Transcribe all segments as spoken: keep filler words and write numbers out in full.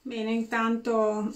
Bene, intanto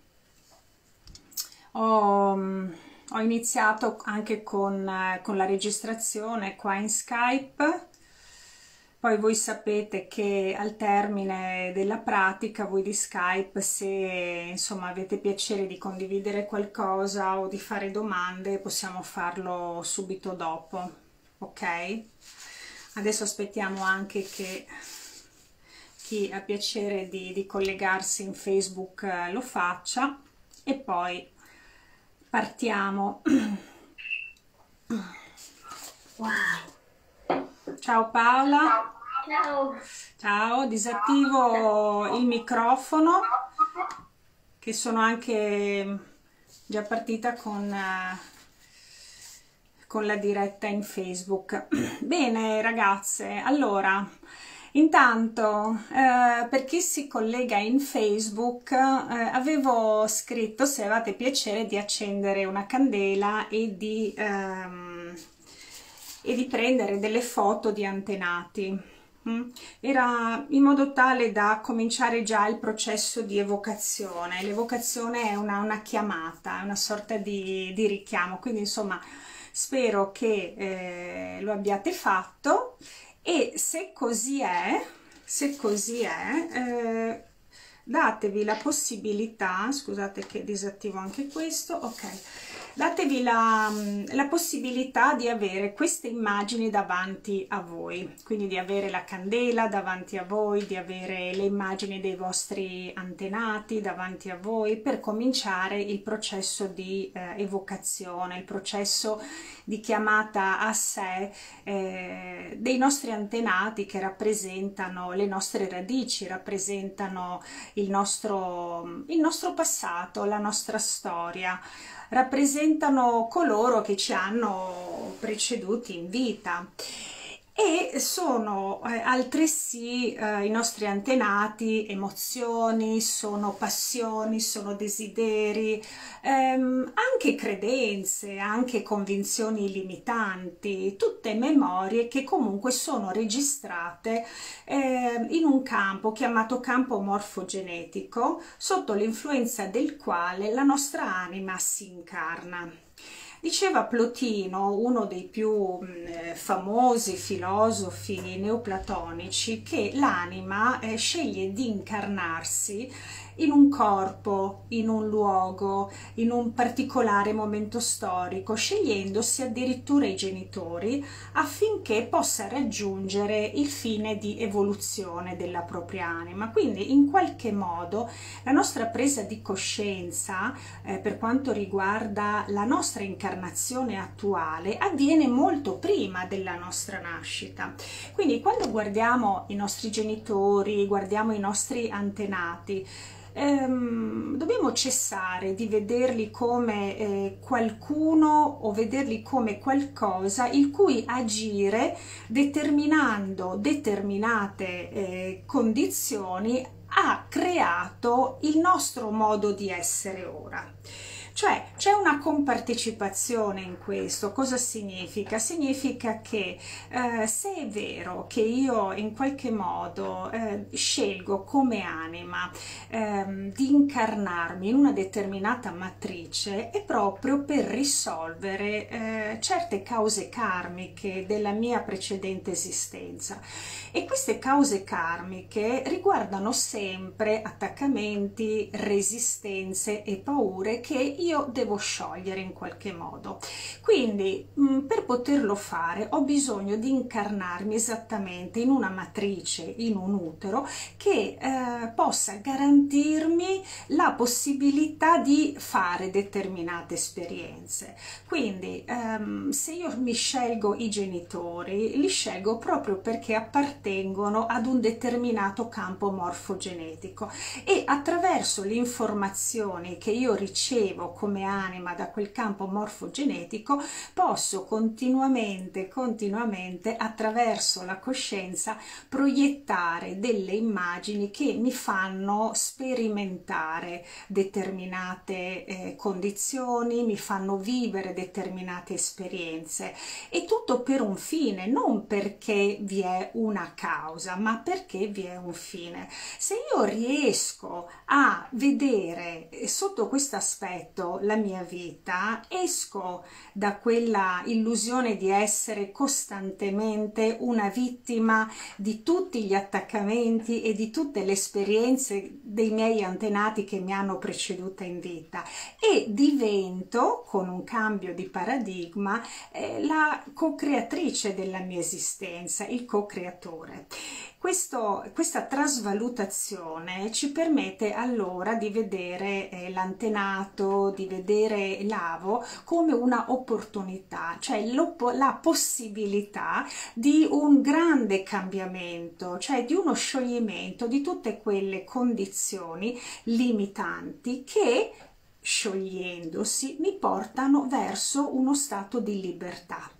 ho, ho iniziato anche con, eh, con la registrazione qua in Skype. Poi voi sapete che al termine della pratica, voi di Skype, se insomma avete piacere di condividere qualcosa o di fare domande, possiamo farlo subito dopo, ok? Adesso aspettiamo anche che chi ha piacere di, di collegarsi in Facebook eh, lo faccia e poi partiamo. Wow. Ciao Paola. Ciao. Ciao, disattivo il microfono che sono anche già partita con, eh, con la diretta in Facebook. Bene ragazze, allora intanto eh, per chi si collega in Facebook, eh, avevo scritto se avete piacere di accendere una candela e di, ehm, e di prendere delle foto di antenati. Era in modo tale da cominciare già il processo di evocazione. L'evocazione è una, una chiamata, è una sorta di, di richiamo, quindi insomma spero che eh, lo abbiate fatto, e se così è, se così è, eh, datevi la possibilità, scusate che disattivo anche questo, ok, datevi la, la possibilità di avere queste immagini davanti a voi, quindi di avere la candela davanti a voi, di avere le immagini dei vostri antenati davanti a voi per cominciare il processo di eh, evocazione, il processo di chiamata a sé eh, dei nostri antenati, che rappresentano le nostre radici, rappresentano il nostro, il nostro passato, la nostra storia, rappresentano coloro che ci hanno preceduti in vita e sono eh, altresì eh, i nostri antenati emozioni, sono passioni, sono desideri, ehm, anche credenze, anche convinzioni limitanti, tutte memorie che comunque sono registrate eh, in un campo chiamato campo morfogenetico, sotto l'influenza del quale la nostra anima si incarna. Diceva Plotino, uno dei più eh, famosi filosofi neoplatonici, che l'anima eh, sceglie di incarnarsi in un corpo, in un luogo, in un particolare momento storico, scegliendosi addirittura i genitori affinché possa raggiungere il fine di evoluzione della propria anima. Quindi in qualche modo la nostra presa di coscienza eh, per quanto riguarda la nostra incarnazione attuale avviene molto prima della nostra nascita. Quindi quando guardiamo i nostri genitori, guardiamo i nostri antenati, ehm, dobbiamo cessare di vederli come eh, qualcuno o vederli come qualcosa il cui agire, determinando determinate eh, condizioni, ha creato il nostro modo di essere ora. Cioè c'è una compartecipazione in questo. Cosa significa? Significa che eh, se è vero che io in qualche modo eh, scelgo come anima ehm, di incarnarmi in una determinata matrice, è proprio per risolvere eh, certe cause karmiche della mia precedente esistenza, e queste cause karmiche riguardano sempre attaccamenti, resistenze e paure che io devo sciogliere in qualche modo. Quindi mh, per poterlo fare ho bisogno di incarnarmi esattamente in una matrice, in un utero, che eh, possa garantirmi la possibilità di fare determinate esperienze. Quindi ehm, se io mi scelgo i genitori, li scelgo proprio perché appartengono ad un determinato campo morfogenetico, e attraverso le informazioni che io ricevo come anima da quel campo morfogenetico, posso continuamente, continuamente attraverso la coscienza proiettare delle immagini che mi fanno sperimentare determinate eh, condizioni, mi fanno vivere determinate esperienze, e tutto per un fine, non perché vi è una causa, ma perché vi è un fine. Se io riesco a vedere sotto questo aspetto la mia vita, esco da quella illusione di essere costantemente una vittima di tutti gli attaccamenti e di tutte le esperienze dei miei antenati che mi hanno preceduta in vita, e divento, con un cambio di paradigma, eh, la co-creatrice della mia esistenza, il co-creatore. Questo, questa trasvalutazione ci permette allora di vedere eh, l'antenato, di vedere l'avo come una opportunità, cioè la possibilità di un grande cambiamento, cioè di uno scioglimento di tutte quelle condizioni limitanti che, sciogliendosi, mi portano verso uno stato di libertà.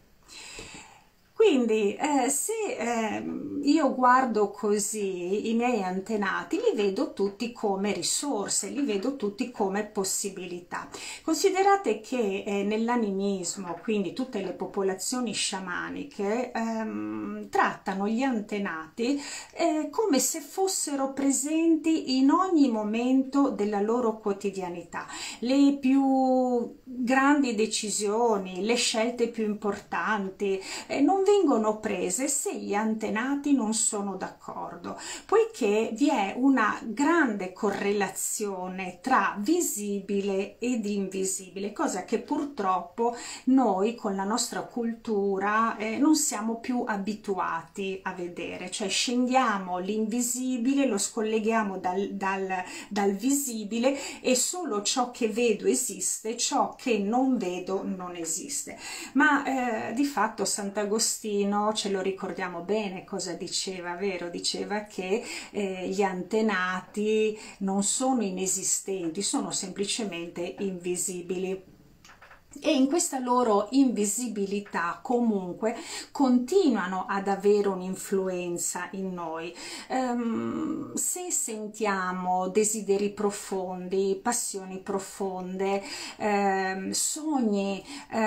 Quindi eh, se eh, io guardo così i miei antenati, li vedo tutti come risorse, li vedo tutti come possibilità. Considerate che eh, nell'animismo, quindi tutte le popolazioni sciamaniche, ehm, trattano gli antenati eh, come se fossero presenti in ogni momento della loro quotidianità. Le più grandi decisioni, le scelte più importanti, eh, non vengono prese se gli antenati non sono d'accordo, poiché vi è una grande correlazione tra visibile ed invisibile, cosa che purtroppo noi con la nostra cultura eh, non siamo più abituati a vedere, cioè scendiamo l'invisibile, lo scolleghiamo dal, dal, dal visibile, e solo ciò che vedo esiste, ciò che non vedo non esiste. Ma eh, di fatto Sant'Agostino, ce lo ricordiamo bene cosa diceva, vero? Diceva che eh, gli antenati non sono inesistenti, sono semplicemente invisibili. E in questa loro invisibilità comunque continuano ad avere un'influenza in noi. Um, se sentiamo desideri profondi, passioni profonde, um, sogni,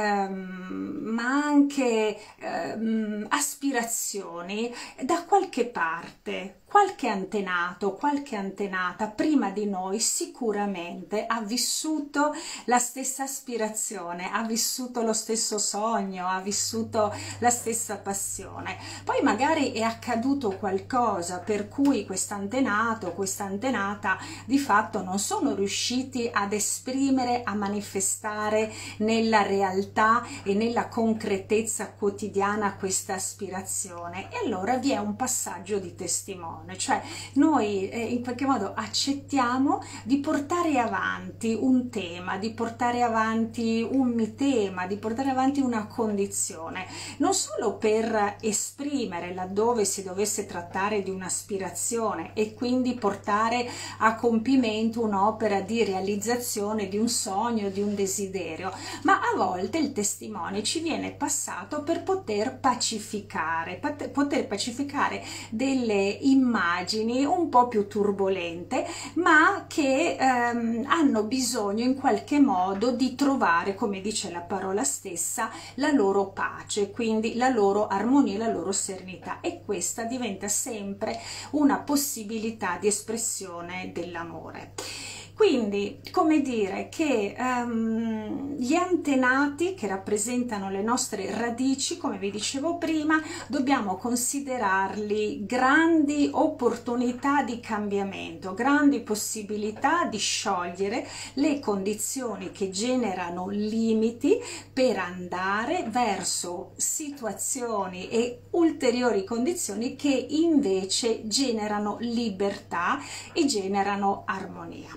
um, ma anche um, aspirazioni, da qualche parte qualche antenato, qualche antenata prima di noi sicuramente ha vissuto la stessa aspirazione, ha vissuto lo stesso sogno, ha vissuto la stessa passione. Poi magari è accaduto qualcosa per cui quest'antenato, quest'antenata di fatto non sono riusciti ad esprimere, a manifestare nella realtà e nella concretezza quotidiana questa aspirazione, e allora vi è un passaggio di testimone. Cioè noi eh, in qualche modo accettiamo di portare avanti un tema, di portare avanti un mitema, di portare avanti una condizione, non solo per esprimere laddove si dovesse trattare di un'aspirazione e quindi portare a compimento un'opera di realizzazione di un sogno, di un desiderio, ma a volte il testimone ci viene passato per poter pacificare, poter pacificare delle immagini immagini un po' più turbolente, ma che ehm, hanno bisogno in qualche modo di trovare, come dice la parola stessa, la loro pace, quindi la loro armonia, la loro serenità, e questa diventa sempre una possibilità di espressione dell'amore. Quindi, come dire che um, gli antenati che rappresentano le nostre radici, come vi dicevo prima, dobbiamo considerarli grandi opportunità di cambiamento, grandi possibilità di sciogliere le condizioni che generano limiti per andare verso situazioni e ulteriori condizioni che invece generano libertà e generano armonia.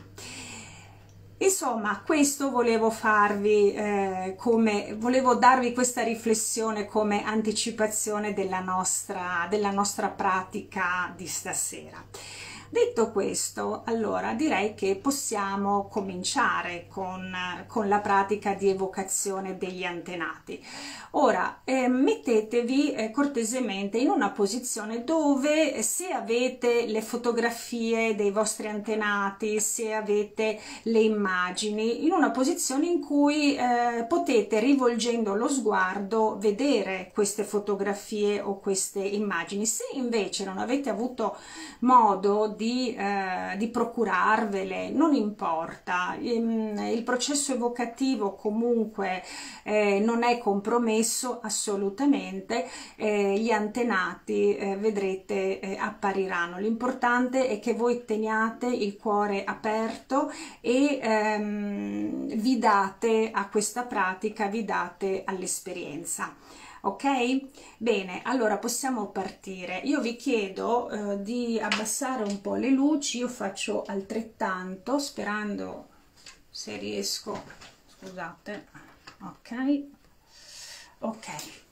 Insomma, questo volevo farvi eh, come volevo darvi questa riflessione come anticipazione della nostra, della nostra pratica di stasera. Detto questo, allora direi che possiamo cominciare con, con la pratica di evocazione degli antenati. Ora eh, mettetevi eh, cortesemente in una posizione dove, se avete le fotografie dei vostri antenati, se avete le immagini, in una posizione in cui eh, potete, rivolgendo lo sguardo, vedere queste fotografie o queste immagini. Se invece non avete avuto modo di, eh, di procurarvele, non importa, il, il processo evocativo comunque eh, non è compromesso assolutamente, eh, gli antenati eh, vedrete eh, appariranno. L'importante è che voi teniate il cuore aperto e ehm, vi date a questa pratica, vi date all'esperienza. Ok? Bene, allora possiamo partire. Io vi chiedo eh, di abbassare un po' le luci, io faccio altrettanto, sperando, se riesco, scusate, ok, ok.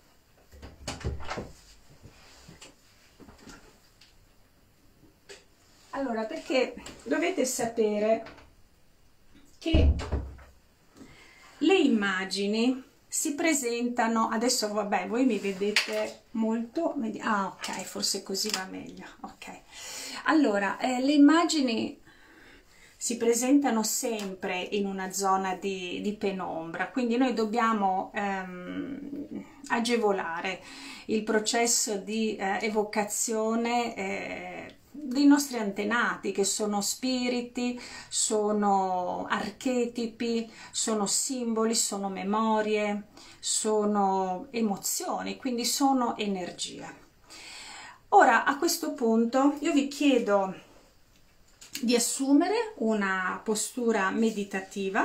Allora, perché dovete sapere che le immagini si presentano, adesso vabbè, voi mi vedete molto, ah ok, forse così va meglio, ok. Allora, eh, le immagini si presentano sempre in una zona di, di penombra, quindi noi dobbiamo ehm, agevolare il processo di eh, evocazione eh, dei nostri antenati, che sono spiriti, sono archetipi, sono simboli, sono memorie, sono emozioni, quindi sono energie. Ora, a questo punto io vi chiedo di assumere una postura meditativa.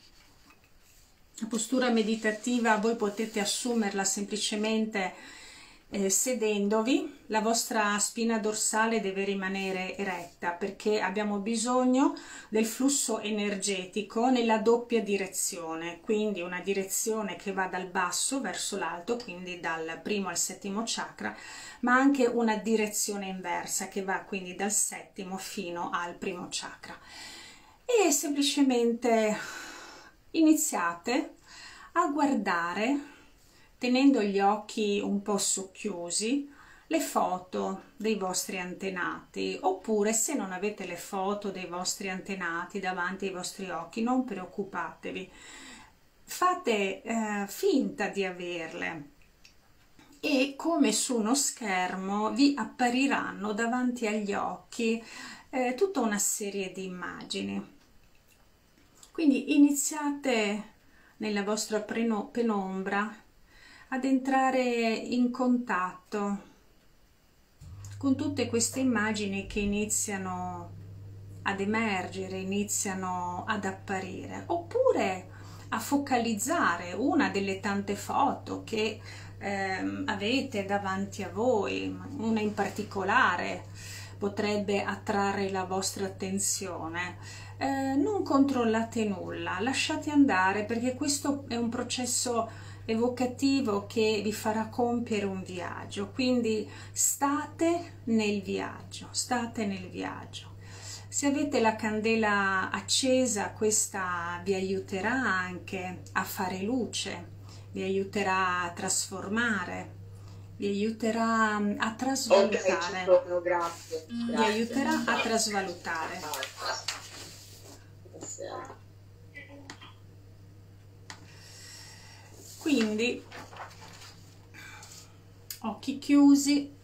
La postura meditativa voi potete assumerla semplicemente eh, sedendovi. La vostra spina dorsale deve rimanere eretta, perché abbiamo bisogno del flusso energetico nella doppia direzione, quindi una direzione che va dal basso verso l'alto, quindi dal primo al settimo chakra, ma anche una direzione inversa che va quindi dal settimo fino al primo chakra. E semplicemente iniziate a guardare, tenendo gli occhi un po' socchiusi, le foto dei vostri antenati, oppure se non avete le foto dei vostri antenati davanti ai vostri occhi, non preoccupatevi, fate eh, finta di averle e come su uno schermo vi appariranno davanti agli occhi eh, tutta una serie di immagini. Quindi iniziate nella vostra penombra ad entrare in contatto con tutte queste immagini che iniziano ad emergere, iniziano ad apparire, oppure a focalizzare una delle tante foto che ehm, avete davanti a voi, una in particolare potrebbe attrarre la vostra attenzione. Eh, non controllate nulla, lasciate andare, perché questo è un processo evocativo che vi farà compiere un viaggio, quindi state nel viaggio, state nel viaggio. Se avete la candela accesa, questa vi aiuterà anche a fare luce, vi aiuterà a trasformare, vi aiuterà a trasvalutare, okay, grazie, vi grazie. aiuterà a trasvalutare. Quindi occhi chiusi,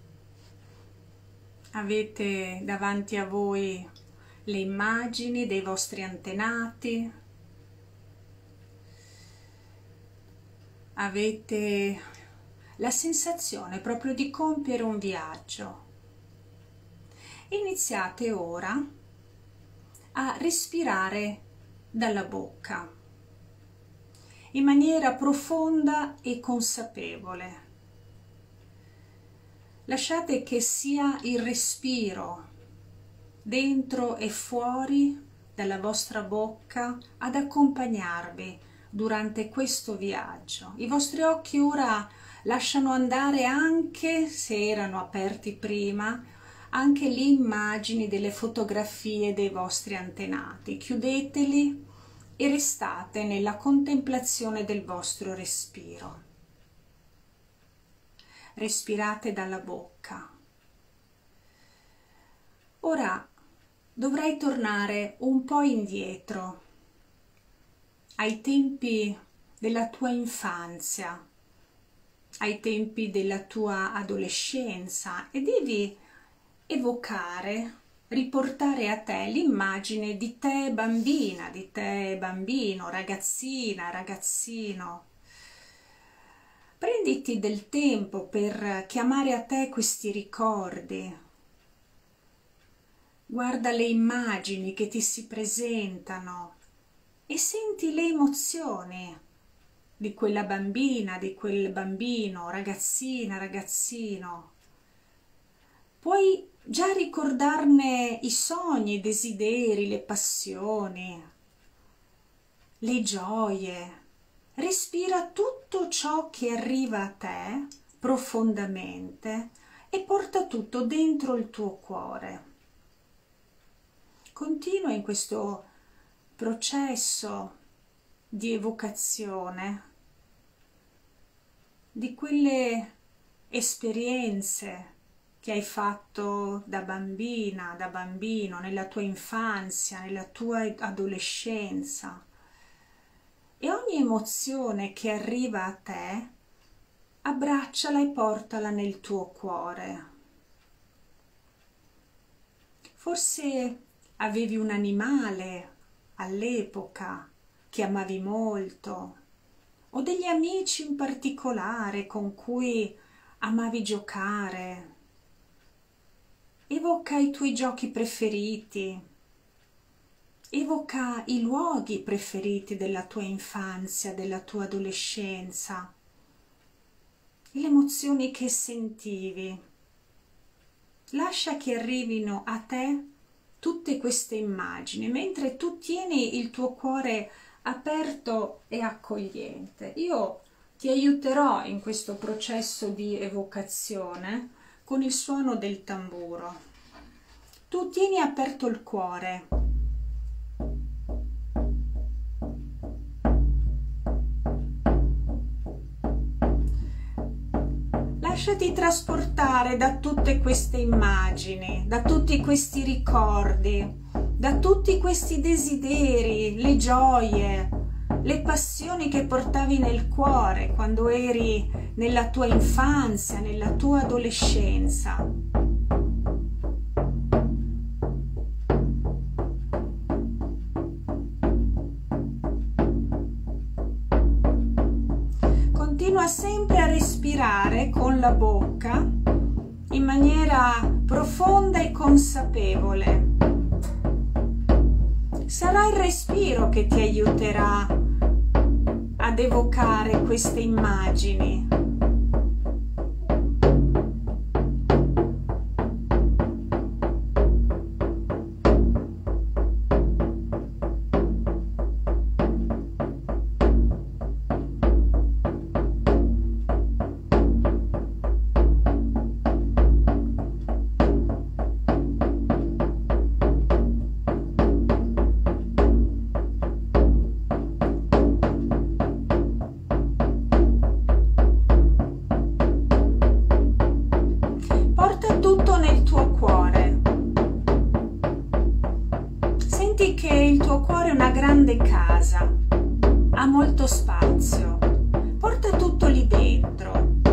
avete davanti a voi le immagini dei vostri antenati, avete la sensazione proprio di compiere un viaggio. Iniziate ora a respirare dalla bocca in maniera profonda e consapevole. Lasciate che sia il respiro dentro e fuori dalla vostra bocca ad accompagnarvi durante questo viaggio. I vostri occhi ora lasciano andare, anche se erano aperti prima, anche le immagini delle fotografie dei vostri antenati. Chiudeteli e restate nella contemplazione del vostro respiro. Respirate dalla bocca. Ora dovrai tornare un po' indietro, ai tempi della tua infanzia, ai tempi della tua adolescenza, e devi evocare, riportare a te l'immagine di te bambina, di te bambino, ragazzina, ragazzino. Prenditi del tempo per chiamare a te questi ricordi. Guarda le immagini che ti si presentano e senti le emozioni di quella bambina, di quel bambino, ragazzina, ragazzino. Puoi già ricordarne i sogni, i desideri, le passioni, le gioie. Respira tutto ciò che arriva a te profondamente e porta tutto dentro il tuo cuore. Continua in questo processo di evocazione di quelle esperienze che hai fatto da bambina, da bambino, nella tua infanzia, nella tua adolescenza. E ogni emozione che arriva a te, abbracciala e portala nel tuo cuore. Forse avevi un animale all'epoca che amavi molto, o degli amici in particolare con cui amavi giocare. Evoca i tuoi giochi preferiti, evoca i luoghi preferiti della tua infanzia, della tua adolescenza, le emozioni che sentivi. Lascia che arrivino a te tutte queste immagini, mentre tu tieni il tuo cuore aperto e accogliente. Io ti aiuterò in questo processo di evocazione con il suono del tamburo. Tu tieni aperto il cuore. Lasciati trasportare da tutte queste immagini, da tutti questi ricordi, da tutti questi desideri, le gioie, le passioni che portavi nel cuore quando eri nella tua infanzia, nella tua adolescenza. Continua sempre a respirare con la bocca in maniera profonda e consapevole. Sarà il respiro che ti aiuterà ad evocare queste immagini. Casa ha molto spazio, porta tutto lì dentro.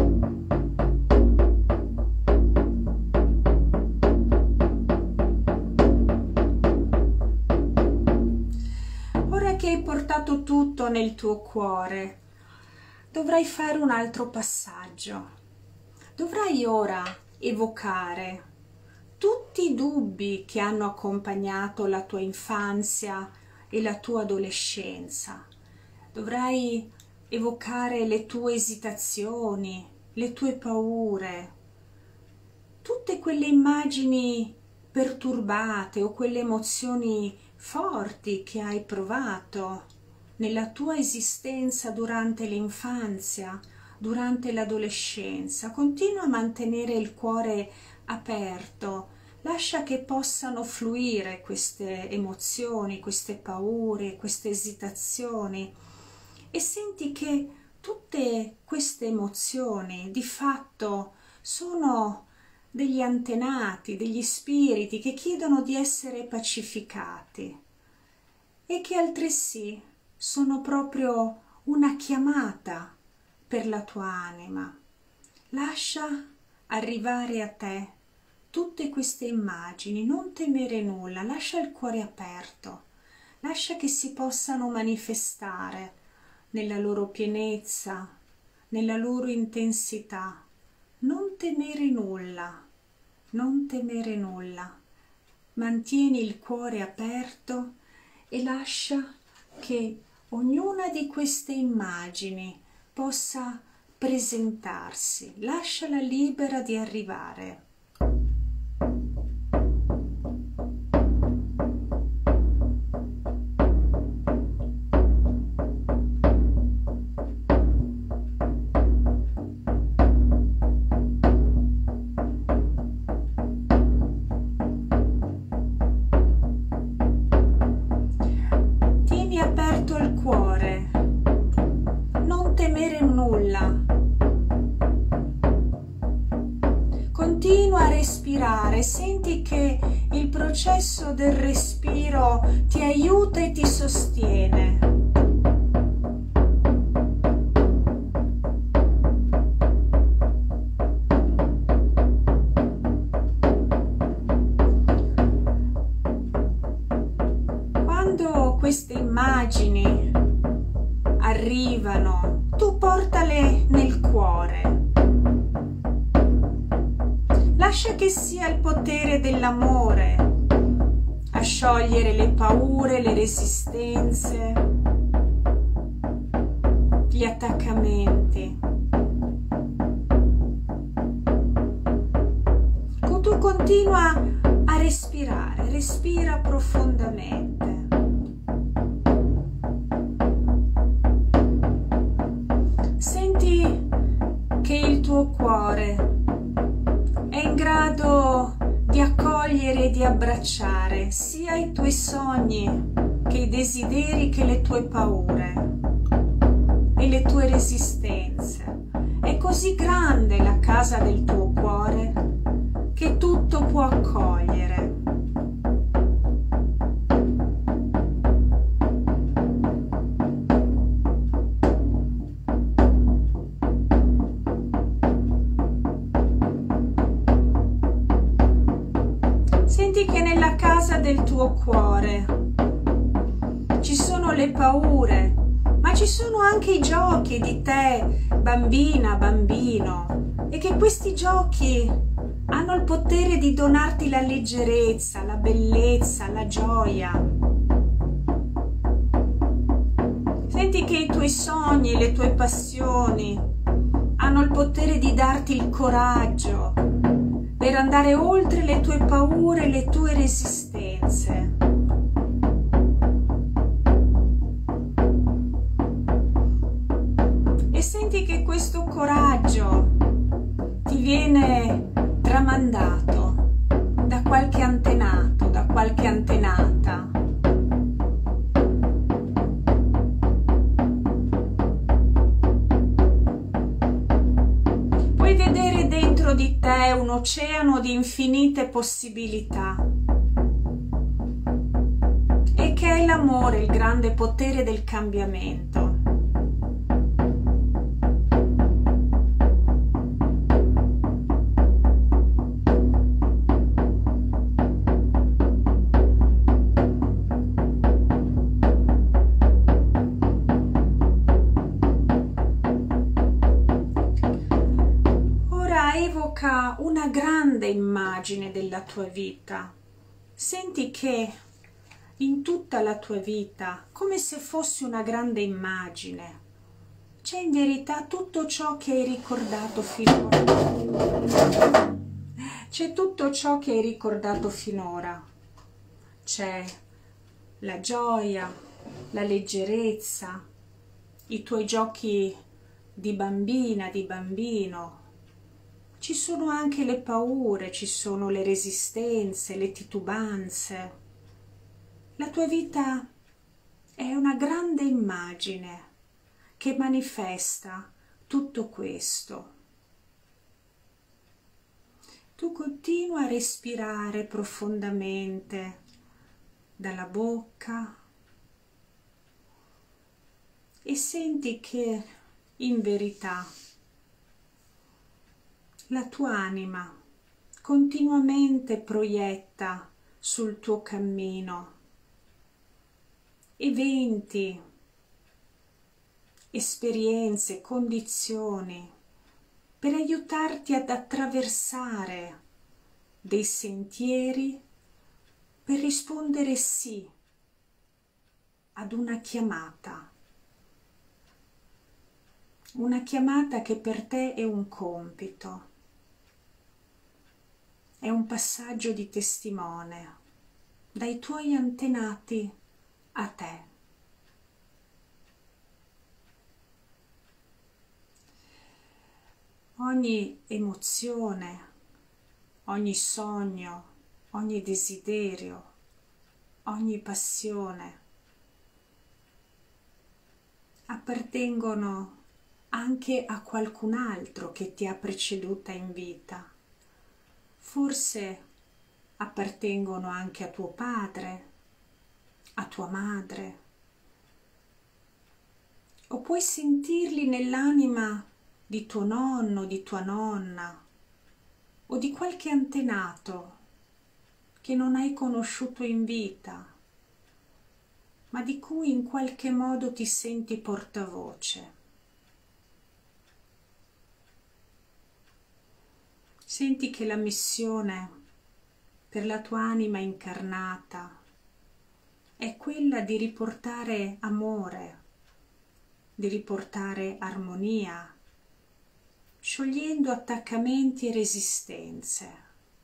Ora che hai portato tutto nel tuo cuore, dovrai fare un altro passaggio. Dovrai ora evocare tutti i dubbi che hanno accompagnato la tua infanzia e la tua adolescenza. Dovrai evocare le tue esitazioni, le tue paure, tutte quelle immagini perturbate o quelle emozioni forti che hai provato nella tua esistenza durante l'infanzia, durante l'adolescenza. Continua a mantenere il cuore aperto lascia che possano fluire queste emozioni, queste paure, queste esitazioni, e senti che tutte queste emozioni di fatto sono degli antenati, degli spiriti che chiedono di essere pacificati e che altresì sono proprio una chiamata per la tua anima. Lascia arrivare a te tutte queste immagini, non temere nulla, lascia il cuore aperto, lascia che si possano manifestare nella loro pienezza, nella loro intensità. Non temere nulla, non temere nulla. Mantieni il cuore aperto e lascia che ognuna di queste immagini possa presentarsi. Lasciala libera di arrivare. Continua a respirare, senti che il processo del respiro ti aiuta e ti sostiene. Quando queste immagini arrivano, tu portale nel cuore. Lascia che sia il potere dell'amore a sciogliere le paure, le resistenze, gli attaccamenti. Tu continua a respirare, respira profondamente. Senti che il tuo cuore è in grado di accogliere e di abbracciare sia i tuoi sogni che i desideri che le tue paure e le tue resistenze. È così grande la casa del tuo cuore che tutto può accogliere. Senti che nella casa del tuo cuore ci sono le paure, ma ci sono anche i giochi di te, bambina, bambino, e che questi giochi hanno il potere di donarti la leggerezza, la bellezza, la gioia. Senti che i tuoi sogni, le tue passioni hanno il potere di darti il coraggio per andare oltre le tue paure e le tue resistenze. E senti che questo coraggio ti viene tramandato da qualche antenato, da qualche antenata. Puoi vedere dentro di te un oceano di infinite possibilità, e che è l'amore, il grande potere del cambiamento. Una grande immagine della tua vita. Senti che in tutta la tua vita, come se fosse una grande immagine, c'è in verità tutto ciò che hai ricordato finora. C'è tutto ciò che hai ricordato finora. C'è la gioia, la leggerezza, i tuoi giochi di bambina, di bambino. Ci sono anche le paure, ci sono le resistenze, le titubanze. La tua vita è una grande immagine che manifesta tutto questo. Tu continua a respirare profondamente dalla bocca e senti che in verità la tua anima continuamente proietta sul tuo cammino eventi, esperienze, condizioni per aiutarti ad attraversare dei sentieri per rispondere sì ad una chiamata. Una chiamata che per te è un compito, è un passaggio di testimone dai tuoi antenati a te. Ogni emozione, ogni sogno, ogni desiderio, ogni passione appartengono anche a qualcun altro che ti ha preceduta in vita. Forse appartengono anche a tuo padre, a tua madre, o puoi sentirli nell'anima di tuo nonno, di tua nonna o di qualche antenato che non hai conosciuto in vita, ma di cui in qualche modo ti senti portavoce. Senti che la missione per la tua anima incarnata è quella di riportare amore, di riportare armonia, sciogliendo attaccamenti e resistenze,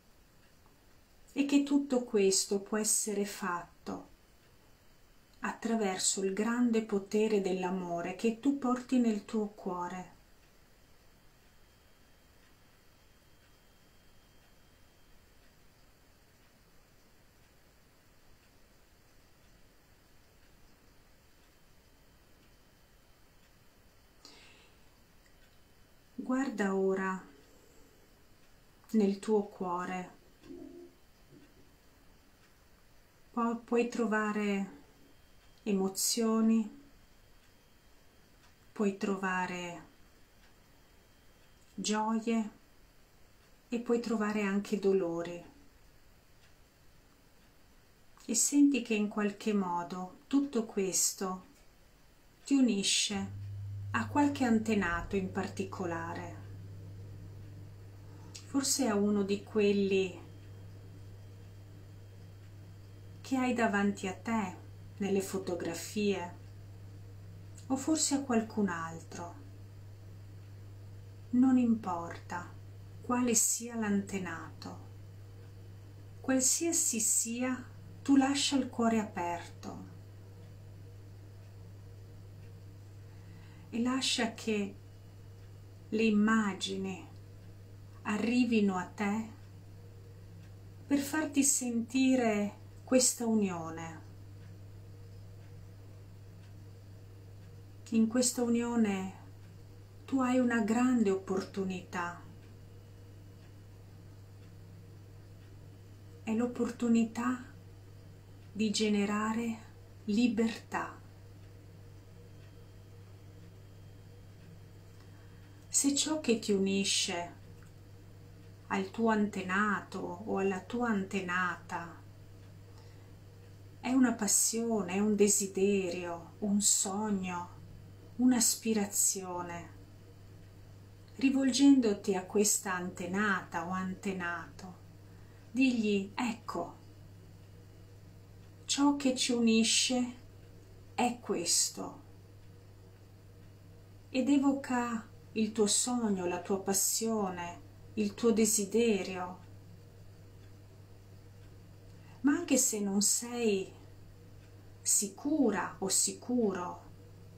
e che tutto questo può essere fatto attraverso il grande potere dell'amore che tu porti nel tuo cuore. Guarda ora nel tuo cuore. Pu- puoi trovare emozioni, puoi trovare gioie e puoi trovare anche dolori. E senti che in qualche modo tutto questo ti unisce a qualche antenato in particolare, forse a uno di quelli che hai davanti a te nelle fotografie, o forse a qualcun altro. Non importa quale sia l'antenato, qualsiasi sia, tu lascia il cuore aperto e lascia che le immagini arrivino a te per farti sentire questa unione. In questa unione tu hai una grande opportunità. È l'opportunità di generare libertà. Se ciò che ti unisce al tuo antenato o alla tua antenata è una passione, è un desiderio, un sogno, un'aspirazione, rivolgendoti a questa antenata o antenato, digli: ecco, ciò che ci unisce è questo, ed evoca il tuo sogno, la tua passione, il tuo desiderio. Ma anche se non sei sicura o sicuro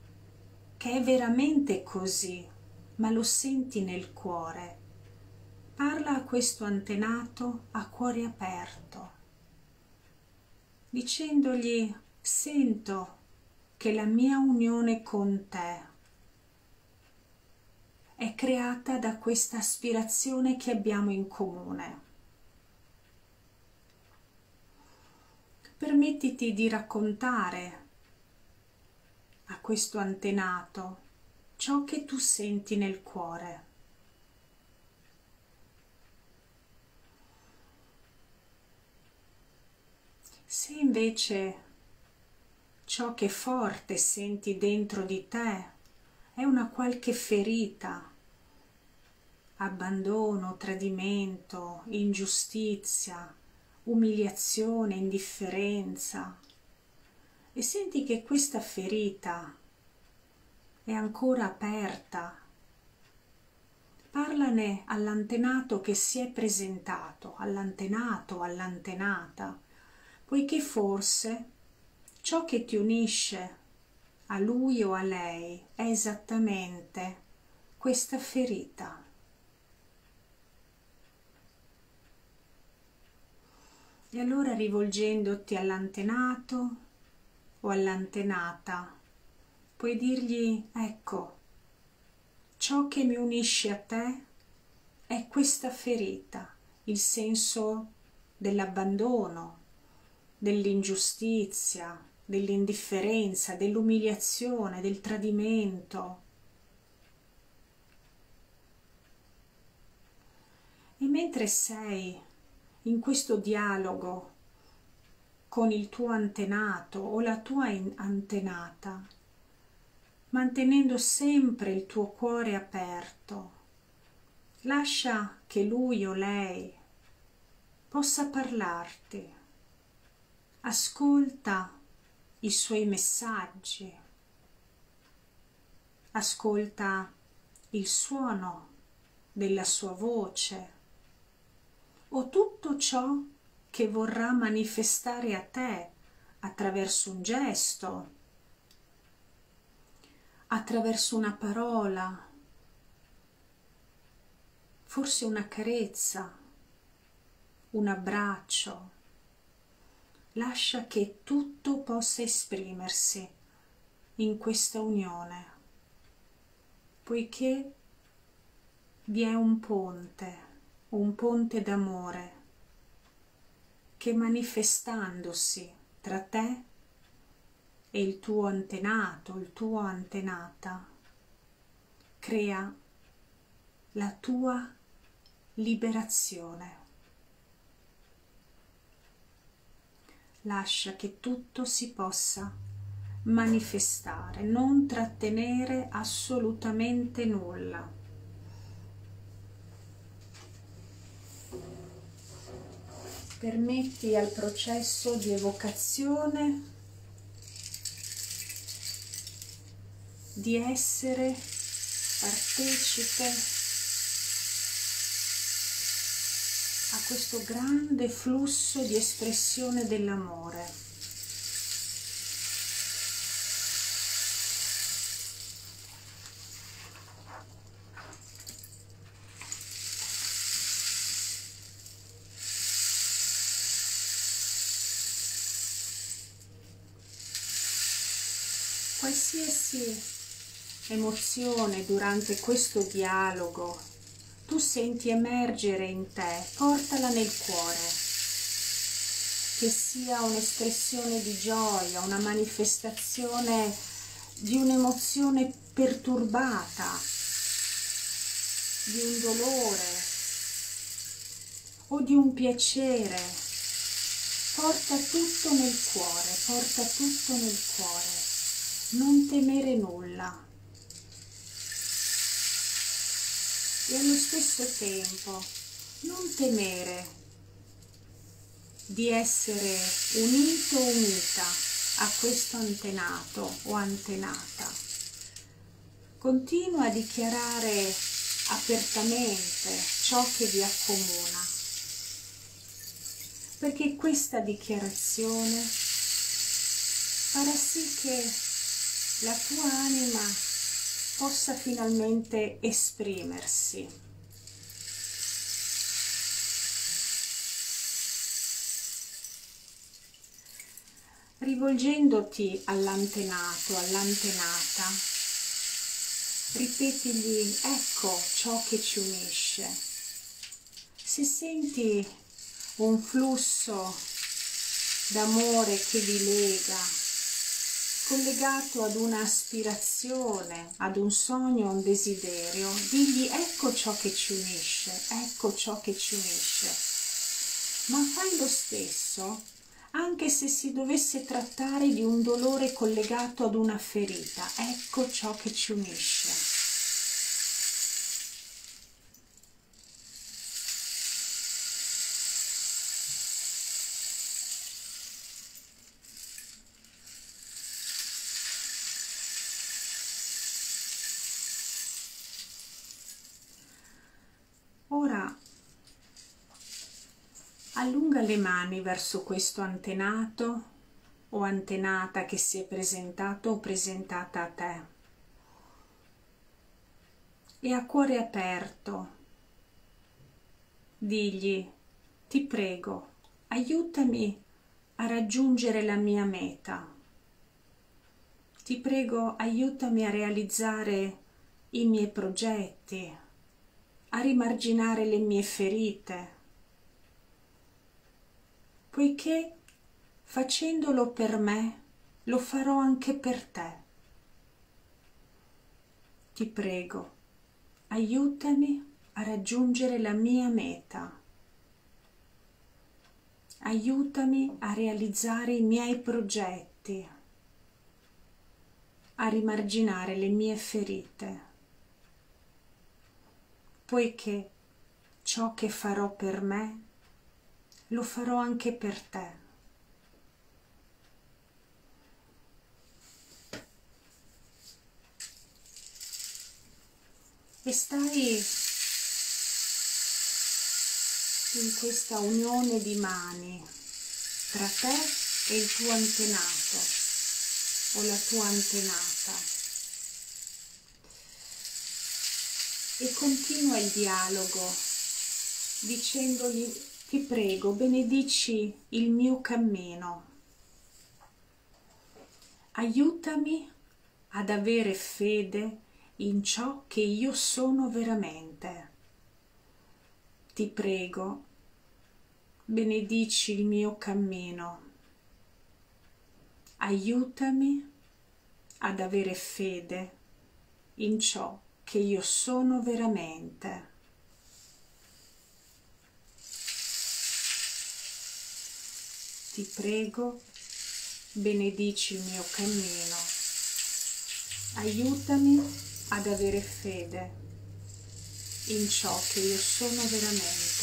che è veramente così, ma lo senti nel cuore, Parla a questo antenato a cuore aperto, dicendogli: sento che la mia unione con te è creata da questa aspirazione che abbiamo in comune. Permettiti di raccontare a questo antenato ciò che tu senti nel cuore. Se invece ciò che forte senti dentro di te è una qualche ferita, abbandono, tradimento, ingiustizia, umiliazione, indifferenza, e senti che questa ferita è ancora aperta, parlane all'antenato che si è presentato, all'antenato, all'antenata, poiché forse ciò che ti unisce a lui o a lei è esattamente questa ferita. E allora, rivolgendoti all'antenato o all'antenata, puoi dirgli: ecco, ciò che mi unisce a te è questa ferita, il senso dell'abbandono, dell'ingiustizia, dell'indifferenza, dell'umiliazione, del tradimento. E mentre sei in questo dialogo con il tuo antenato o la tua antenata, mantenendo sempre il tuo cuore aperto, lascia che lui o lei possa parlarti. Ascolta i suoi messaggi, ascolta il suono della sua voce o tutto ciò che vorrà manifestare a te attraverso un gesto, attraverso una parola, forse una carezza, un abbraccio. Lascia che tutto possa esprimersi in questa unione, poiché vi è un ponte, un ponte d'amore che, manifestandosi tra te e il tuo antenato, il tuo antenata, crea la tua liberazione. Lascia che tutto si possa manifestare, non trattenere assolutamente nulla. Permetti al processo di evocazione di essere partecipe a questo grande flusso di espressione dell'amore. Qualsiasi emozione durante questo dialogo tu senti emergere in te, portala nel cuore, che sia un'espressione di gioia, una manifestazione di un'emozione perturbata, di un dolore o di un piacere. Porta tutto nel cuore, porta tutto nel cuore, non temere nulla. E allo stesso tempo non temere di essere unito o unita a questo antenato o antenata. Continua a dichiarare apertamente ciò che vi accomuna, perché questa dichiarazione farà sì che la tua anima possa finalmente esprimersi. rivolgendoti all'antenato, all'antenata, ripetigli: ecco ciò che ci unisce. Se senti un flusso d'amore che vi lega, collegato ad un'aspirazione, ad un sogno, a un desiderio, digli: ecco ciò che ci unisce, ecco ciò che ci unisce. Ma fai lo stesso anche se si dovesse trattare di un dolore collegato ad una ferita. Ecco ciò che ci unisce. Ora allunga le mani verso questo antenato o antenata che si è presentato o presentata a te e a cuore aperto digli: ti prego, aiutami a raggiungere la mia meta. Ti prego, aiutami a realizzare i miei progetti, a rimarginare le mie ferite, poiché facendolo per me lo farò anche per te. Ti prego, aiutami a raggiungere la mia meta. Aiutami a realizzare i miei progetti, a rimarginare le mie ferite, poiché ciò che farò per me lo farò anche per te. E stai in questa unione di mani tra te e il tuo antenato o la tua antenata e continua il dialogo dicendogli: ti prego, benedici il mio cammino, aiutami ad avere fede in ciò che io sono veramente. Ti prego, benedici il mio cammino, aiutami ad avere fede in ciò che io sono veramente. Ti prego, benedici il mio cammino, aiutami ad avere fede in ciò che io sono veramente.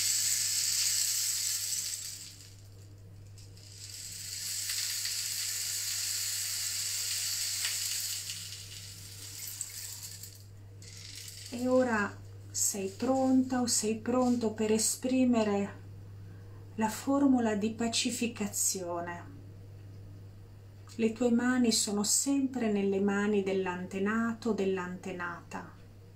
E ora sei pronta o sei pronto per esprimere la formula di pacificazione. Le tue mani sono sempre nelle mani dell'antenato o dell'antenata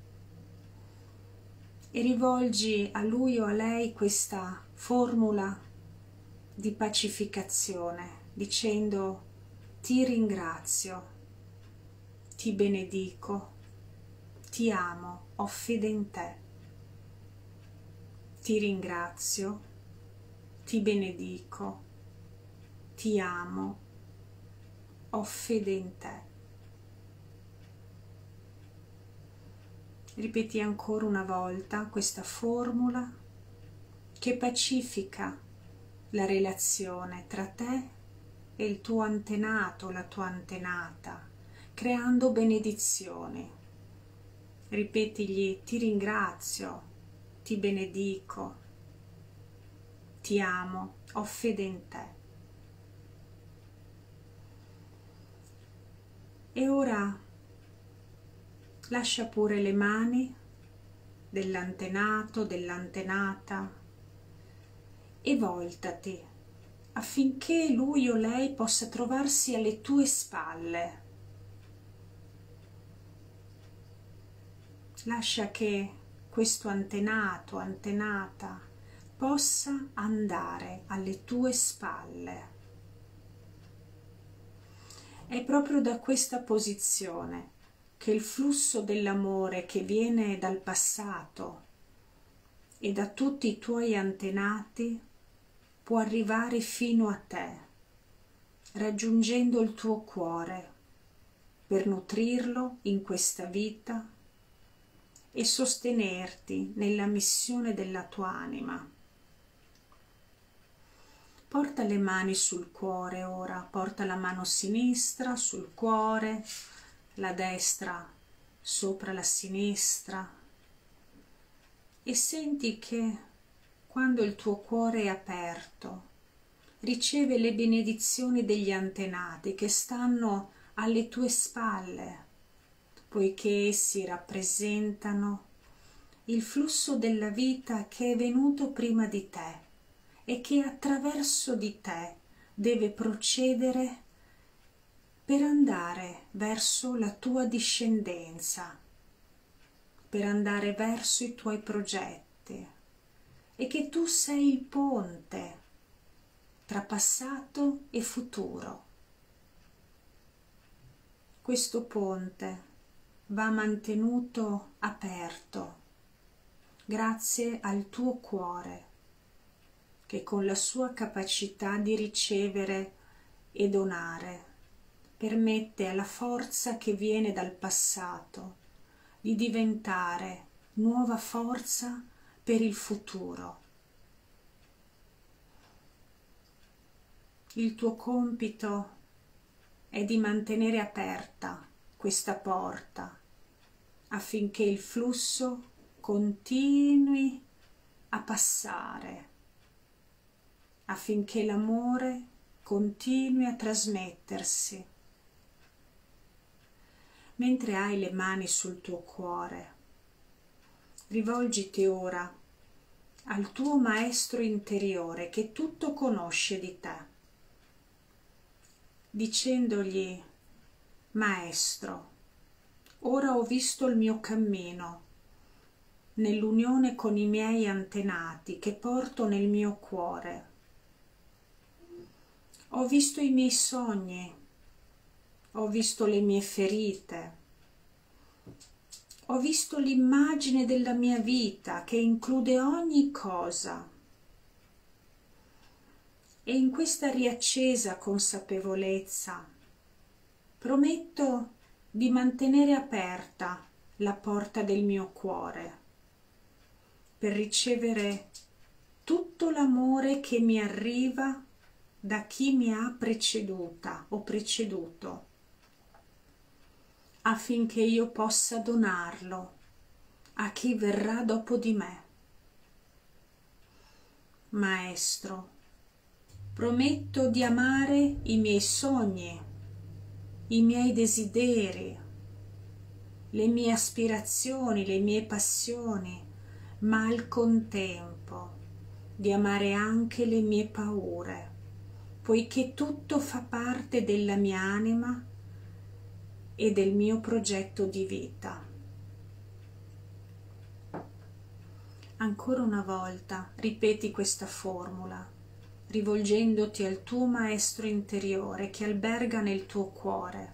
e rivolgi a lui o a lei questa formula di pacificazione dicendo: ti ringrazio, ti benedico, ti amo, ho fede in te. Ti ringrazio, ti benedico, ti amo, ho fede in te. Ripeti ancora una volta questa formula che pacifica la relazione tra te e il tuo antenato, la tua antenata, creando benedizioni. Ripetigli: ti ringrazio, ti benedico, ti amo, ho fede in te. E ora lascia pure le mani dell'antenato, dell'antenata e voltati affinché lui o lei possa trovarsi alle tue spalle. Lascia che questo antenato, antenata, possa andare alle tue spalle. È proprio da questa posizione che il flusso dell'amore che viene dal passato e da tutti i tuoi antenati può arrivare fino a te, raggiungendo il tuo cuore per nutrirlo in questa vita e sostenerti nella missione della tua anima. Porta le mani sul cuore ora, porta la mano sinistra sul cuore, la destra sopra la sinistra e senti che quando il tuo cuore è aperto riceve le benedizioni degli antenati che stanno alle tue spalle, poiché essi rappresentano il flusso della vita che è venuto prima di te e che attraverso di te deve procedere per andare verso la tua discendenza, per andare verso i tuoi progetti, e che tu sei il ponte tra passato e futuro. Questo ponte va mantenuto aperto grazie al tuo cuore, che con la sua capacità di ricevere e donare permette alla forza che viene dal passato di diventare nuova forza per il futuro. Il tuo compito è di mantenere aperta questa porta affinché il flusso continui a passare, affinché l'amore continui a trasmettersi. Mentre hai le mani sul tuo cuore, rivolgiti ora al tuo maestro interiore che tutto conosce di te, dicendogli: Maestro, ora ho visto il mio cammino nell'unione con i miei antenati che porto nel mio cuore. Ho visto i miei sogni, ho visto le mie ferite, ho visto l'immagine della mia vita che include ogni cosa. E in questa riaccesa consapevolezza prometto di mantenere aperta la porta del mio cuore per ricevere tutto l'amore che mi arriva da chi mi ha preceduta o preceduto, affinché io possa donarlo a chi verrà dopo di me. Maestro, prometto di amare i miei sogni, i miei desideri, le mie aspirazioni, le mie passioni, ma al contempo di amare anche le mie paure, poiché tutto fa parte della mia anima e del mio progetto di vita. Ancora una volta ripeti questa formula, rivolgendoti al tuo maestro interiore che alberga nel tuo cuore.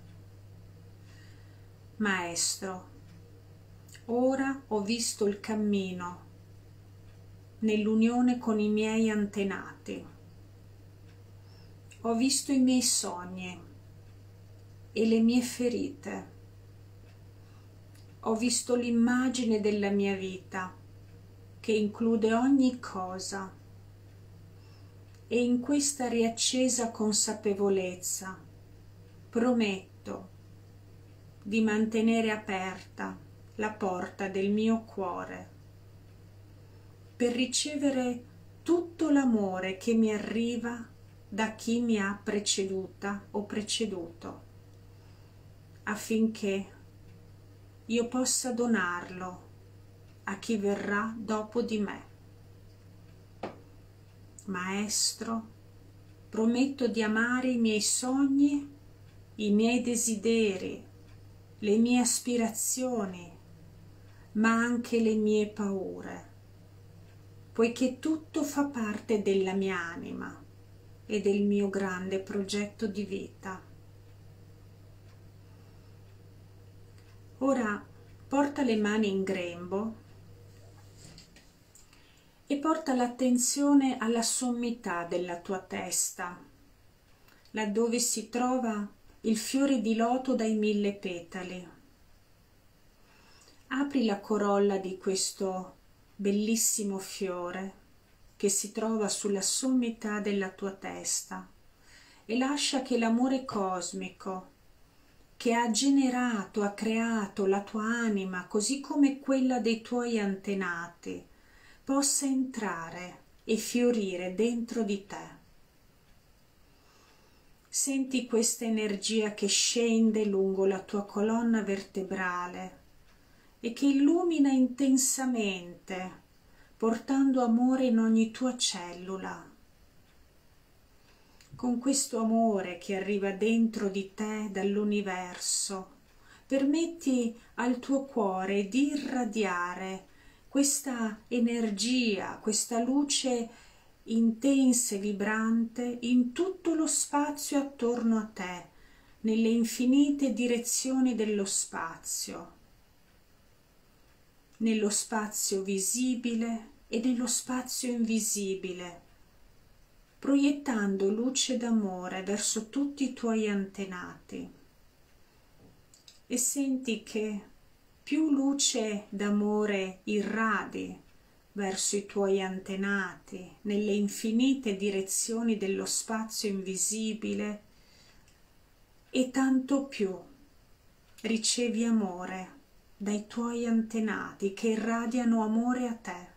Maestro, ora ho visto il cammino nell'unione con i miei antenati. Ho visto i miei sogni e le mie ferite. Ho visto l'immagine della mia vita che include ogni cosa. E in questa riaccesa consapevolezza prometto di mantenere aperta la porta del mio cuore per ricevere tutto l'amore che mi arriva da chi mi ha preceduta o preceduto, affinché io possa donarlo a chi verrà dopo di me. Maestro, prometto di amare i miei sogni, i miei desideri, le mie aspirazioni, ma anche le mie paure, poiché tutto fa parte della mia anima e del mio grande progetto di vita. Ora porta le mani in grembo e porta l'attenzione alla sommità della tua testa, laddove si trova il fiore di loto dai mille petali. Apri la corolla di questo bellissimo fiore che si trova sulla sommità della tua testa e lascia che l'amore cosmico che ha generato, ha creato la tua anima, così come quella dei tuoi antenati, possa entrare e fiorire dentro di te. Senti questa energia che scende lungo la tua colonna vertebrale e che illumina intensamente, portando amore in ogni tua cellula. Con questo amore che arriva dentro di te dall'universo, permetti al tuo cuore di irradiare questa energia, questa luce intensa e vibrante in tutto lo spazio attorno a te, nelle infinite direzioni dello spazio, nello spazio visibile e nello spazio invisibile, proiettando luce d'amore verso tutti i tuoi antenati. E senti che più luce d'amore irradi verso i tuoi antenati, nelle infinite direzioni dello spazio invisibile, e tanto più ricevi amore dai tuoi antenati che irradiano amore a te.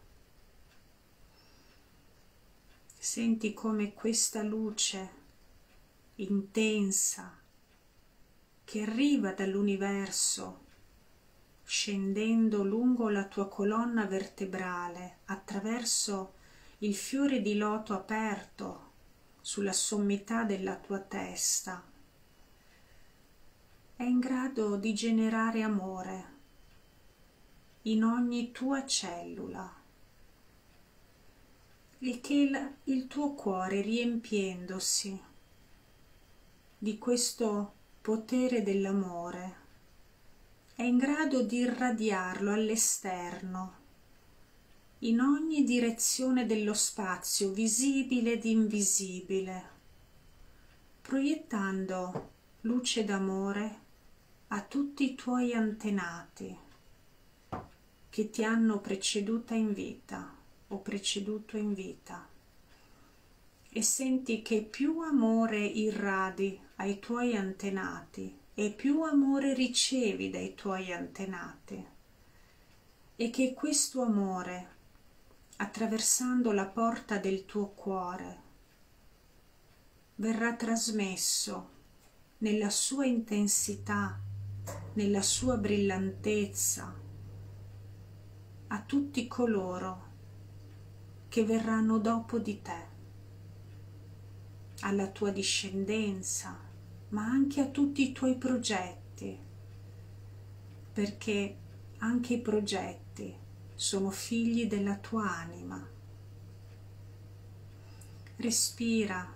Senti come questa luce intensa che arriva dall'universo, scendendo lungo la tua colonna vertebrale attraverso il fiore di loto aperto sulla sommità della tua testa, è in grado di generare amore in ogni tua cellula, e che il, il tuo cuore, riempiendosi di questo potere dell'amore, è in grado di irradiarlo all'esterno, in ogni direzione dello spazio, visibile ed invisibile, proiettando luce d'amore a tutti i tuoi antenati che ti hanno preceduta in vita o preceduto in vita. E senti che più amore irradi ai tuoi antenati e più amore ricevi dai tuoi antenati, e che questo amore, attraversando la porta del tuo cuore, verrà trasmesso nella sua intensità, nella sua brillantezza, a tutti coloro che verranno dopo di te, alla tua discendenza, ma anche a tutti i tuoi progetti, perché anche i progetti sono figli della tua anima. Respira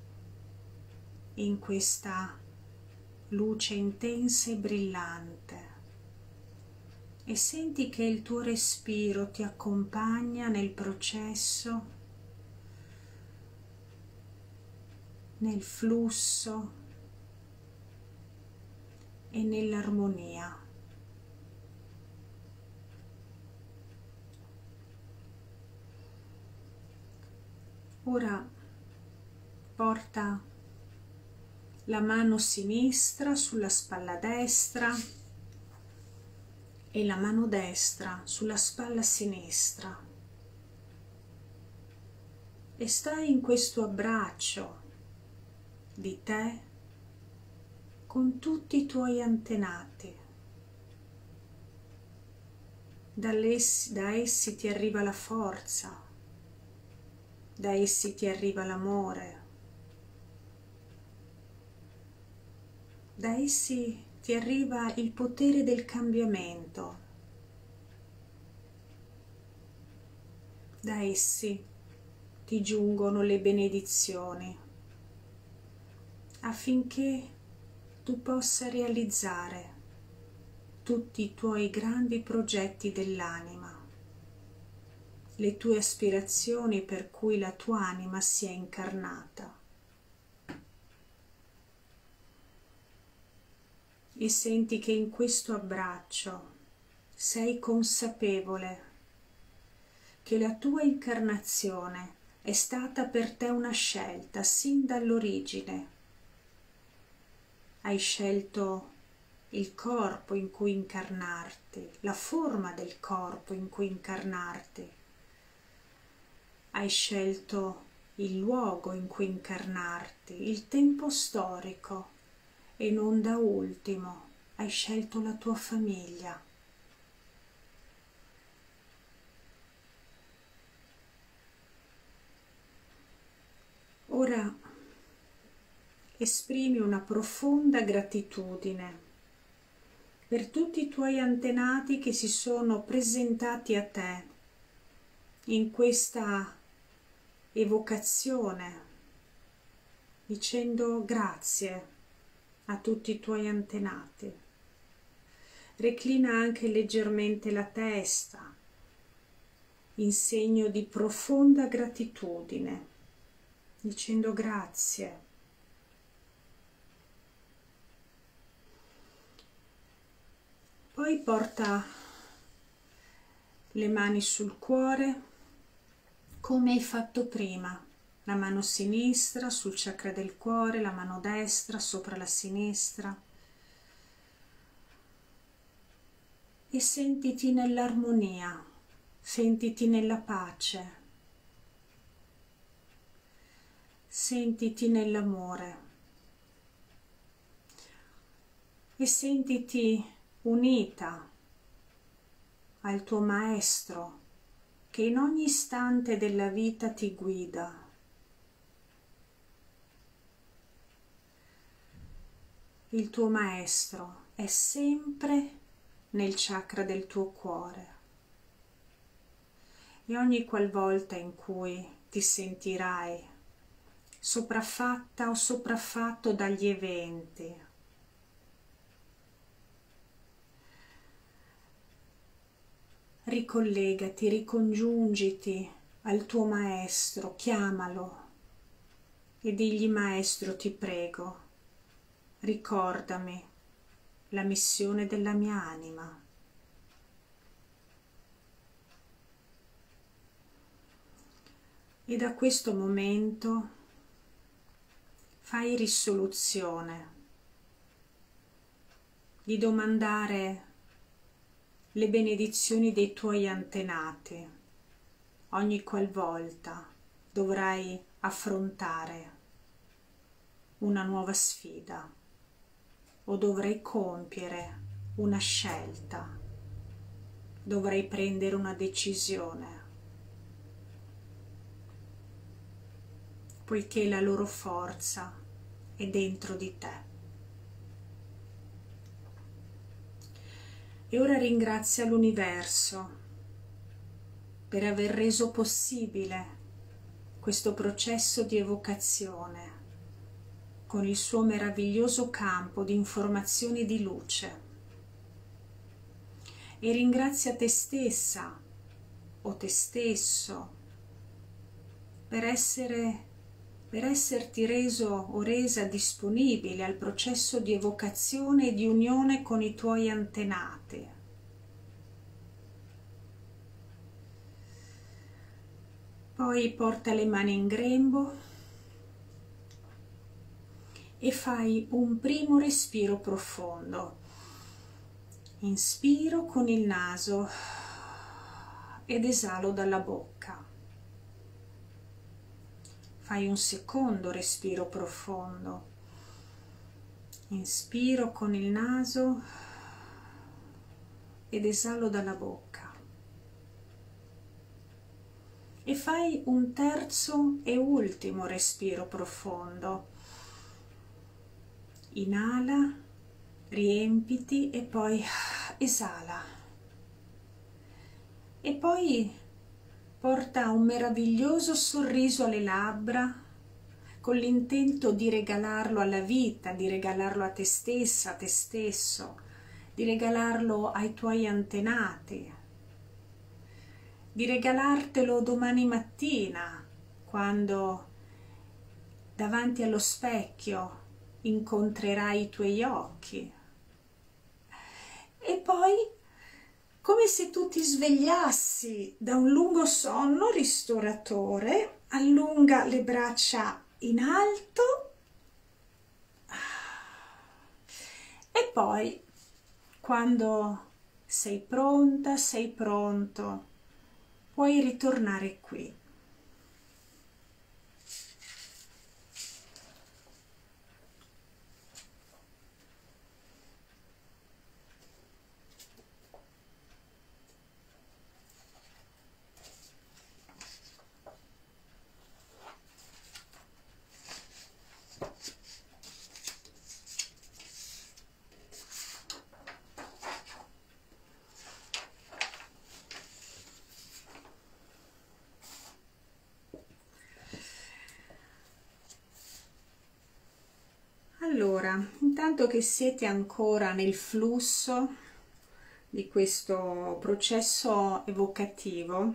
in questa luce intensa e brillante e senti che il tuo respiro ti accompagna nel processo, nel flusso e nell'armonia. Ora porta la mano sinistra sulla spalla destra e la mano destra sulla spalla sinistra e stai in questo abbraccio di te con tutti i tuoi antenati. Da essi, da essi ti arriva la forza, da essi ti arriva l'amore, da essi ti arriva il potere del cambiamento, da essi ti giungono le benedizioni affinché tu possa realizzare tutti i tuoi grandi progetti dell'anima, le tue aspirazioni per cui la tua anima si è incarnata. E senti che in questo abbraccio sei consapevole che la tua incarnazione è stata per te una scelta sin dall'origine. Hai scelto il corpo in cui incarnarti, la forma del corpo in cui incarnarti. Hai scelto il luogo in cui incarnarti, il tempo storico e non da ultimo hai scelto la tua famiglia. Ora esprimi una profonda gratitudine per tutti i tuoi antenati che si sono presentati a te in questa evocazione, dicendo grazie a tutti i tuoi antenati. Reclina anche leggermente la testa in segno di profonda gratitudine, dicendo grazie. Poi porta le mani sul cuore come hai fatto prima, la mano sinistra sul chakra del cuore, la mano destra sopra la sinistra, e sentiti nell'armonia, sentiti nella pace, sentiti nell'amore e sentiti unita al tuo maestro che in ogni istante della vita ti guida. Il tuo maestro è sempre nel chakra del tuo cuore e ogni qualvolta in cui ti sentirai sopraffatta o sopraffatto dagli eventi, ricollegati, ricongiungiti al tuo maestro, chiamalo e digli: maestro, ti prego, ricordami la missione della mia anima. E da questo momento fai risoluzione di domandare le benedizioni dei tuoi antenati ogni qualvolta dovrai affrontare una nuova sfida o dovrai compiere una scelta, dovrai prendere una decisione, poiché la loro forza è dentro di te. E ora ringrazia l'universo per aver reso possibile questo processo di evocazione con il suo meraviglioso campo di informazioni di luce. E ringrazia te stessa o te stesso per essere, per esserti reso o resa disponibile al processo di evocazione e di unione con i tuoi antenati. Poi porta le mani in grembo e fai un primo respiro profondo. Inspiro con il naso ed esalo dalla bocca. Fai un secondo respiro profondo. Inspiro con il naso ed esalo dalla bocca. E fai un terzo e ultimo respiro profondo. Inala, riempiti e poi esala. E poi porta un meraviglioso sorriso alle labbra con l'intento di regalarlo alla vita, di regalarlo a te stessa, a te stesso, di regalarlo ai tuoi antenati, di regalartelo domani mattina quando davanti allo specchio incontrerai i tuoi occhi. E poi, come se tu ti svegliassi da un lungo sonno ristoratore, allunga le braccia in alto e poi, quando sei pronta, sei pronto, puoi ritornare qui. Allora, intanto che siete ancora nel flusso di questo processo evocativo,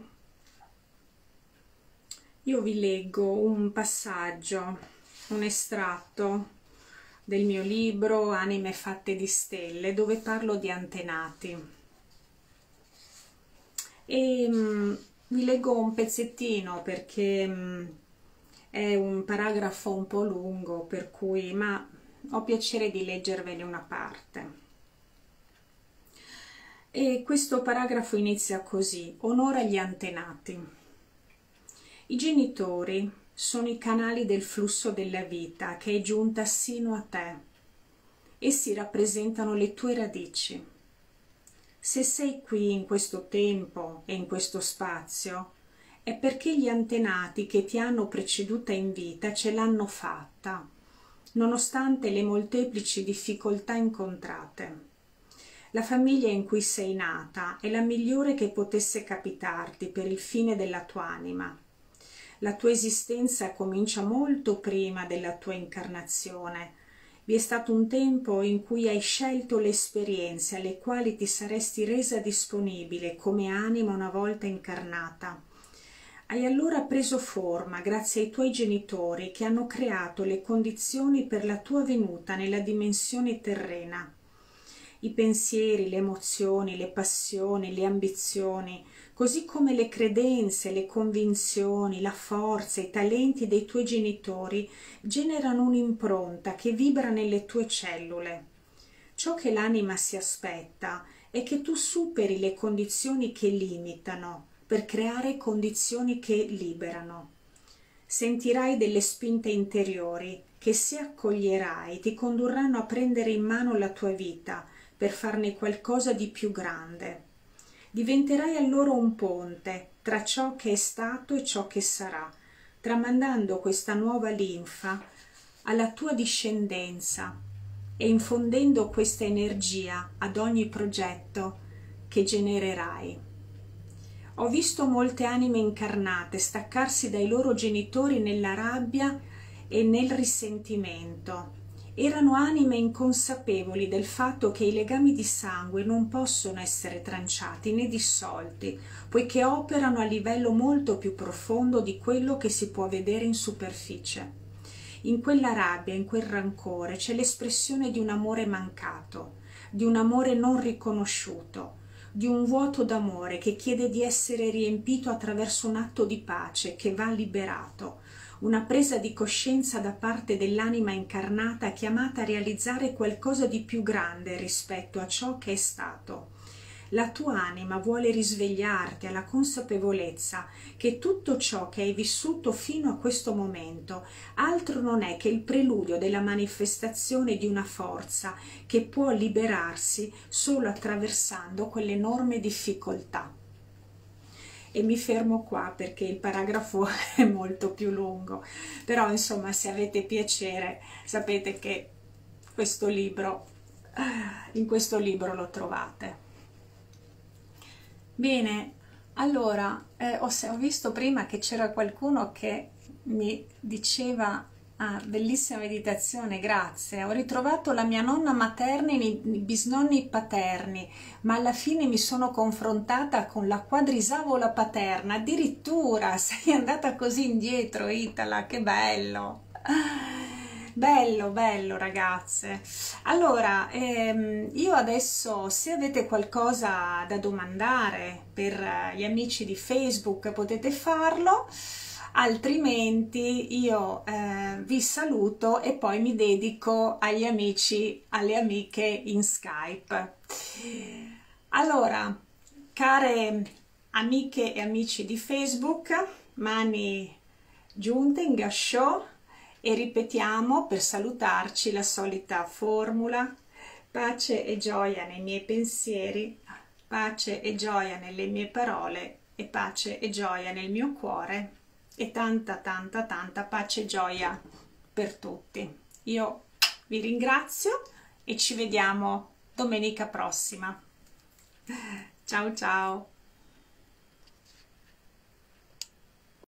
io vi leggo un passaggio, un estratto del mio libro Anime fatte di stelle, dove parlo di antenati. E mh, vi leggo un pezzettino perché mh, è un paragrafo un po' lungo, per cui, ma ho piacere di leggervene una parte. E questo paragrafo inizia così: onora gli antenati. I genitori sono i canali del flusso della vita che è giunta sino a te. Essi rappresentano le tue radici. Se sei qui in questo tempo e in questo spazio, è perché gli antenati che ti hanno preceduta in vita ce l'hanno fatta, nonostante le molteplici difficoltà incontrate. La famiglia in cui sei nata è la migliore che potesse capitarti per il fine della tua anima. La tua esistenza comincia molto prima della tua incarnazione. Vi è stato un tempo in cui hai scelto le esperienze alle quali ti saresti resa disponibile come anima una volta incarnata. Hai allora preso forma grazie ai tuoi genitori che hanno creato le condizioni per la tua venuta nella dimensione terrena. I pensieri, le emozioni, le passioni, le ambizioni, così come le credenze, le convinzioni, la forza, i talenti dei tuoi genitori generano un'impronta che vibra nelle tue cellule. Ciò che l'anima si aspetta è che tu superi le condizioni che limitano per creare condizioni che liberano. Sentirai delle spinte interiori che, se accoglierai, ti condurranno a prendere in mano la tua vita per farne qualcosa di più grande. Diventerai allora un ponte tra ciò che è stato e ciò che sarà, tramandando questa nuova linfa alla tua discendenza e infondendo questa energia ad ogni progetto che genererai. Ho visto molte anime incarnate staccarsi dai loro genitori nella rabbia e nel risentimento. Erano anime inconsapevoli del fatto che i legami di sangue non possono essere tranciati né dissolti, poiché operano a livello molto più profondo di quello che si può vedere in superficie. In quella rabbia, in quel rancore, c'è l'espressione di un amore mancato, di un amore non riconosciuto, di un vuoto d'amore che chiede di essere riempito attraverso un atto di pace che va liberato, una presa di coscienza da parte dell'anima incarnata chiamata a realizzare qualcosa di più grande rispetto a ciò che è stato. La tua anima vuole risvegliarti alla consapevolezza che tutto ciò che hai vissuto fino a questo momento altro non è che il preludio della manifestazione di una forza che può liberarsi solo attraversando quell'enorme difficoltà. E mi fermo qua perché il paragrafo è molto più lungo, però insomma, se avete piacere sapete che questo libro, in questo libro lo trovate. Bene, allora eh, ho, ho visto prima che c'era qualcuno che mi diceva Ah, bellissima meditazione, grazie. Ho ritrovato la mia nonna materna e i i bisnonni paterni, ma alla fine mi sono confrontata con la quadrisavola paterna. Addirittura sei andata così indietro, Itala, che bello. Bello, bello, ragazze. Allora, ehm, io adesso, se avete qualcosa da domandare per eh, gli amici di Facebook, potete farlo, altrimenti io eh, vi saluto e poi mi dedico agli amici, alle amiche in Skype. Allora, care amiche e amici di Facebook, mani giunte in gasciò e ripetiamo per salutarci la solita formula: pace e gioia nei miei pensieri, pace e gioia nelle mie parole e pace e gioia nel mio cuore, e tanta tanta tanta pace e gioia per tutti. Io vi ringrazio e ci vediamo domenica prossima. Ciao ciao!